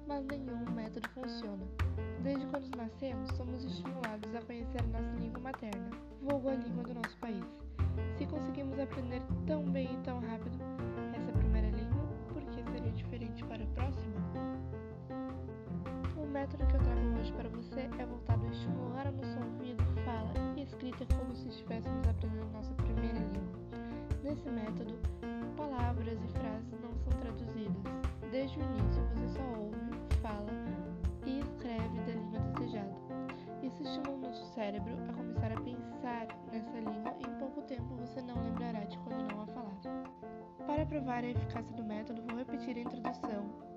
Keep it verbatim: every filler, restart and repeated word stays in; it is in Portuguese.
mas nenhum método funciona. Desde quando nascemos, somos estimulados a conhecer a nossa língua materna, vulgo a língua do nosso país. Se conseguimos aprender tão bem e tão rápido essa primeira língua, por que seria diferente para a próxima? O método que eu trago hoje para você é voltado a estimular o nosso ouvido, fala e escrita como se estivéssemos aprendendo nossa primeira língua. Nesse método, palavras e frases não são traduzidas. Desde o início, você só ouve, fala e escreve da língua desejada. Isso estimula o nosso cérebro a começar a pensar nessa língua e em pouco tempo você não lembrará de quando não a falar. Para provar a eficácia do método, vou repetir a introdução